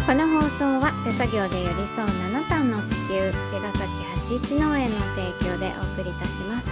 この放送は手作業で寄り添う7単の地球、茅ヶ崎八一農園の提供でお送りいたします。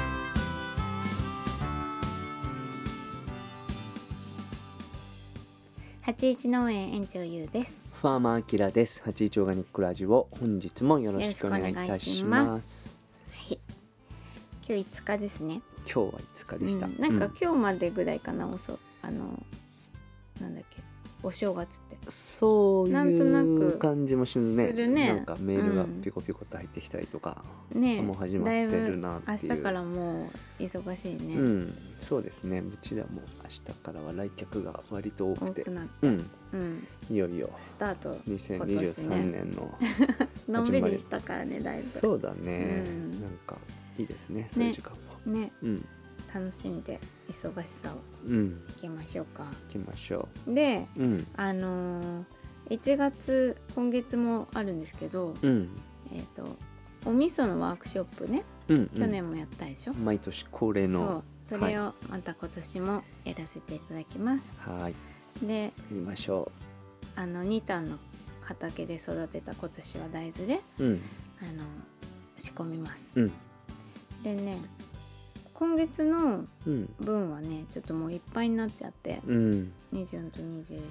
八一農園園長ゆうです。 ファーマーアキラです。八一オーガニックラジオ、本日もよろしくお願いいたします。 はい、今日5日ですね。 今日は5日でした。 なんか今日までぐらいかな、なんだっけ、お正月ってそういう感じもするね。なんかメールがピコピコと入ってきたりとか、もう始まってるなっていう。 明日からもう忙しいね。 そうですね。うちらも明日からは来客が割と多くて、 なった、 いよいよスタート 2023年ののんびりしたからね、だいぶ。 そうだね、なんかいいですね、そういう時間もね、楽しんで忙しさをいきましょうか。 いきましょう。で、1月今月もあるんですけど、お味噌のワークショップね、去年もやったでしょ。 毎年恒例の。 それをまた今年もやらせていただきます。 はい。 で、 やりましょう。2単の畑で育てた今年は大豆で、仕込みます。でね、今月の分はね、ちょっともういっぱいになっちゃって、24と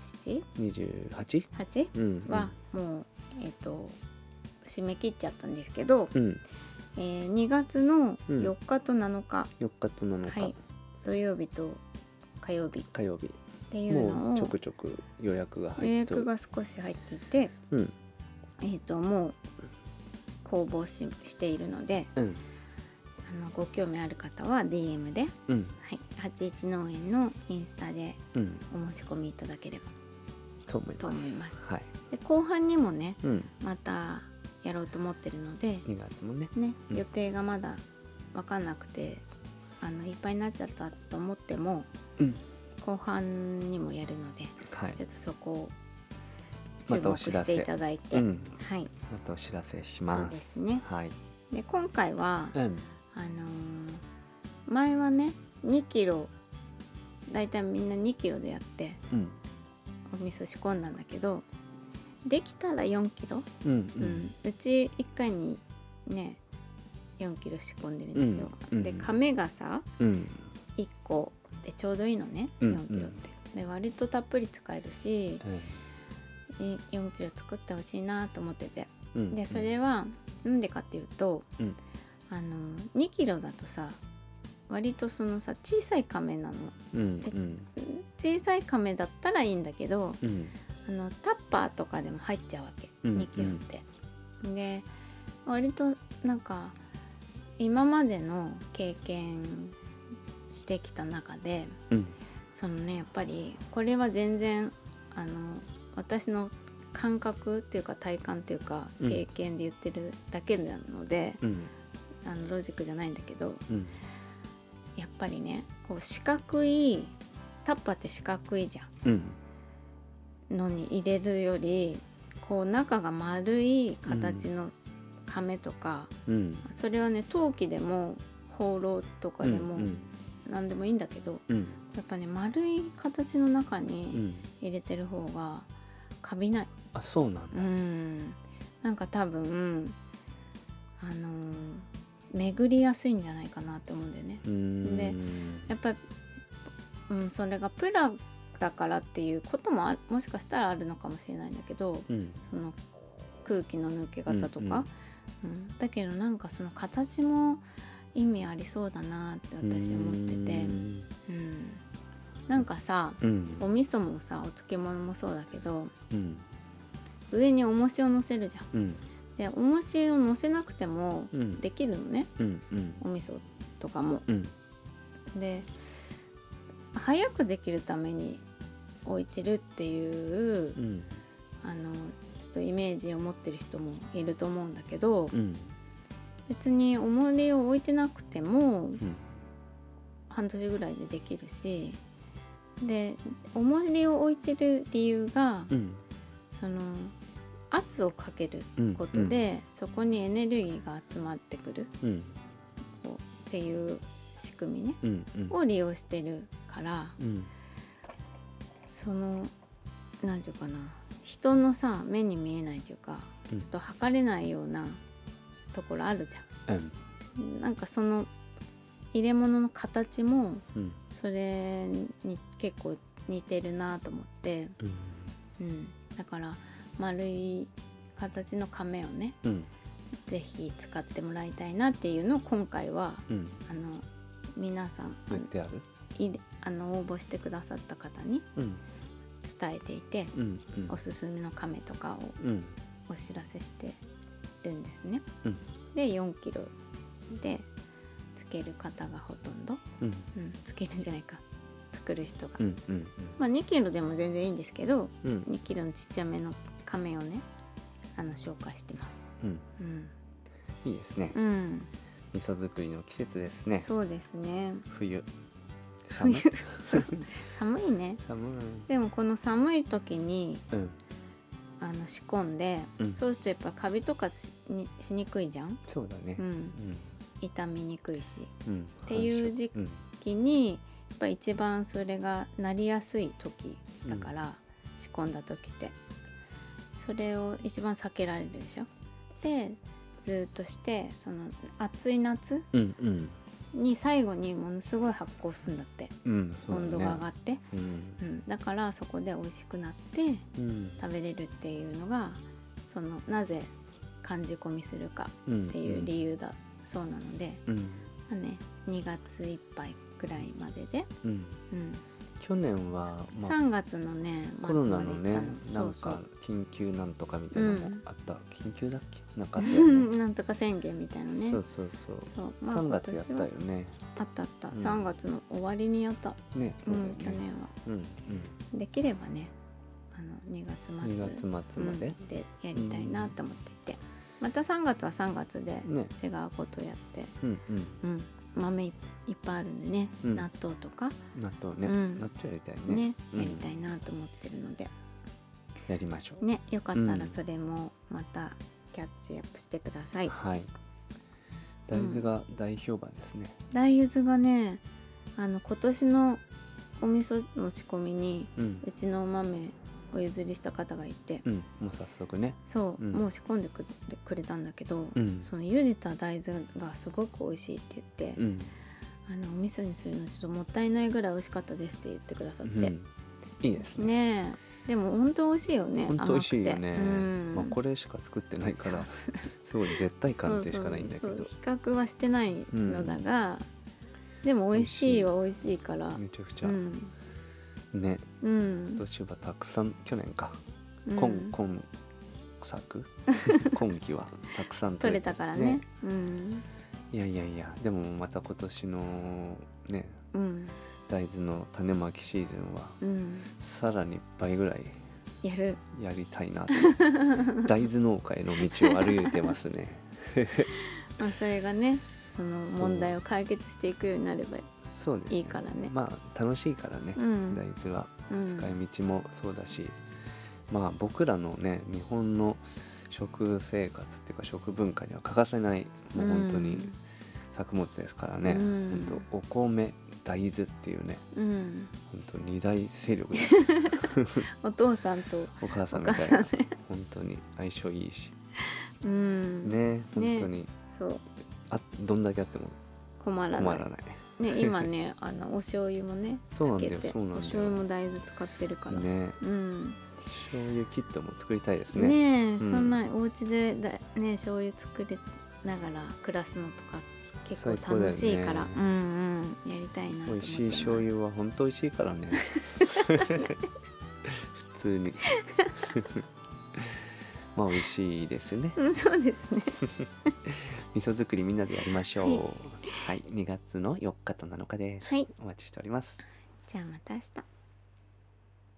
27、28はもう締め切っちゃったんですけど、2月の4日と7日、はい、土曜日と火曜日っていうのをもうちょくちょく予約が少し入っていて、もう公募しているので、ご興味ある方は DM で、八一農園のインスタでお申し込みいただければと思います。で、後半にもね、またやろうと思ってるので、 2月もね、 予定がまだ分かんなくていっぱいになっちゃったと思っても、後半にもやるので、ちょっとそこを注目していただいて、またお知らせします。 そうですね。で、今回は、前はね2キロ、だいたいみんな2キロでやって、お味噌仕込んだんだけど、できたら4キロ、うち1回にね4キロ仕込んでるんですよ。で、亀がさ、1個でちょうどいいのね、4キロって。で、割とたっぷり使えるし、4キロ作ってほしいなと思ってて、でそれはなんでかっていうと、2キロだとさ、割とそのさ、小さい亀なの、小さい亀だったらいいんだけど、タッパーとかでも入っちゃうわけ、2キロって。で、割となんか今までの経験してきた中で、そのね、やっぱりこれは全然私の感覚っていうか体感っていうか経験で言ってるだけなので、ロジックじゃないんだけど、やっぱりね、こう四角いタッパーって四角いじゃん、のに入れるより、こう中が丸い形の亀とか、それはね、陶器でもホーローとかでも何でもいいんだけど、やっぱね、丸い形の中に入れてる方がカビない。 あ、そうなんだ。 なんか多分巡りやすいんじゃないかなって思うんだよね。で、やっぱり、それがプラだからっていうことももしかしたらあるのかもしれないんだけど、その空気の抜け方とか、だけどなんかその形も意味ありそうだなって私思ってて、なんかさ、お味噌もさ、お漬物もそうだけど、上に重しを乗せるじゃん。で、重しを乗せなくてもできるのね、お味噌とかも。で、早くできるために置いてるっていう、ちょっとイメージを持ってる人もいると思うんだけど、別に重りを置いてなくても、半年ぐらいでできるし、で、重りを置いてる理由が、その圧をかけることで、そこにエネルギーが集まってくる、っていう仕組みね、を利用してるから、そのなんていうかな、 人のさ目に見えないというか、ちょっと測れないようなところあるじゃん、なんかその入れ物の形もそれに結構似てるなと思って、だから丸い形の亀をね、ぜひ使ってもらいたいなっていうのを今回は、皆さん言ってある応募してくださった方に伝えていて、おすすめの亀とかをお知らせしてるんですね、で4キロでつける方がほとんど、つけるじゃないか作る人が、まあ2キロでも全然いいんですけど、2キロのちっちゃめの亀をね紹介してます、 いいですね、味噌作りの季節ですね。 そうですね、 冬寒いね。でもこの寒い時に、仕込んで、そうするとやっぱカビとかしにくいじゃん。 そうだね、 傷みにくいし、っていう時期にやっぱ一番それがなりやすい時だから、仕込んだ時ってそれを一番避けられるでしょ。でずっとしてその暑い夏に最後にものすごい発酵するんだって、温度が上がって、だからそこで美味しくなって、食べれるっていうのがそのなぜ寒仕込みするかっていう理由だそうなので、2月いっぱいくらいまでで、 去年は、 3月のねコロナのねなんか緊急なんとかみたいなのもあった、緊急だっけなんかあったよねなんとか宣言みたいなね。 そう、3月やったよね。 あった3月の終わりにやったね、そうだよね、 去年は、できればね2月末まででやりたいなと思っていて、また3月は3月で違うことやって、豆いっぱいあるんでね、納豆とか納豆やりたいね、 やりたいなと思ってるので、 やりましょうね。よかったらそれもまたキャッチアップしてください。 大豆が大評判ですね。 大豆がね今年のお味噌の仕込みに、うちのお豆お譲りした方がいて、 もう早速ね、 もう仕込んでくれたんだけど、その茹でた大豆がすごく美味しいって言って、お味噌にするのちょっともったいないぐらい美味しかったですって言ってくださって、 いいですね。 でも本当美味しいよね。 本当美味しいよね。これしか作ってないからすごい絶対感ってしかないんだけど、 比較はしてないのだが、でも美味しいは美味しいからめちゃくちゃね、今年はたくさん、去年か、今期はたくさん取れたからね。 いやでもまた今年のね、大豆の種まきシーズンは、さらに倍ぐらいやりたいなと大豆農家への道を歩いてますねそれがねその問題を解決していくようになればいいからね。 楽しいからね、大豆は使い道もそうだし、僕らのね日本の食生活っていうか食文化には欠かせないもう本当に作物ですからね、本当お米大豆っていうね、本当二大勢力でお父さんとお母さんみたいな、本当に相性いいし、ね、本当にそうどんだけあっても困らないね。今ねお醤油もねつけて、お醤油も大豆使ってるからね、 醤油キットも作りたいですね。 そんなお家でね醤油作れながら暮らすのとか結構楽しいから、やりたいなと思ってます。 美味しい醤油は本当美味しいからね普通に美味しいですね。 そうですね味噌作りみんなでやりましょう。2月の4日と7日です。お待ちしております。 じゃあまた明日。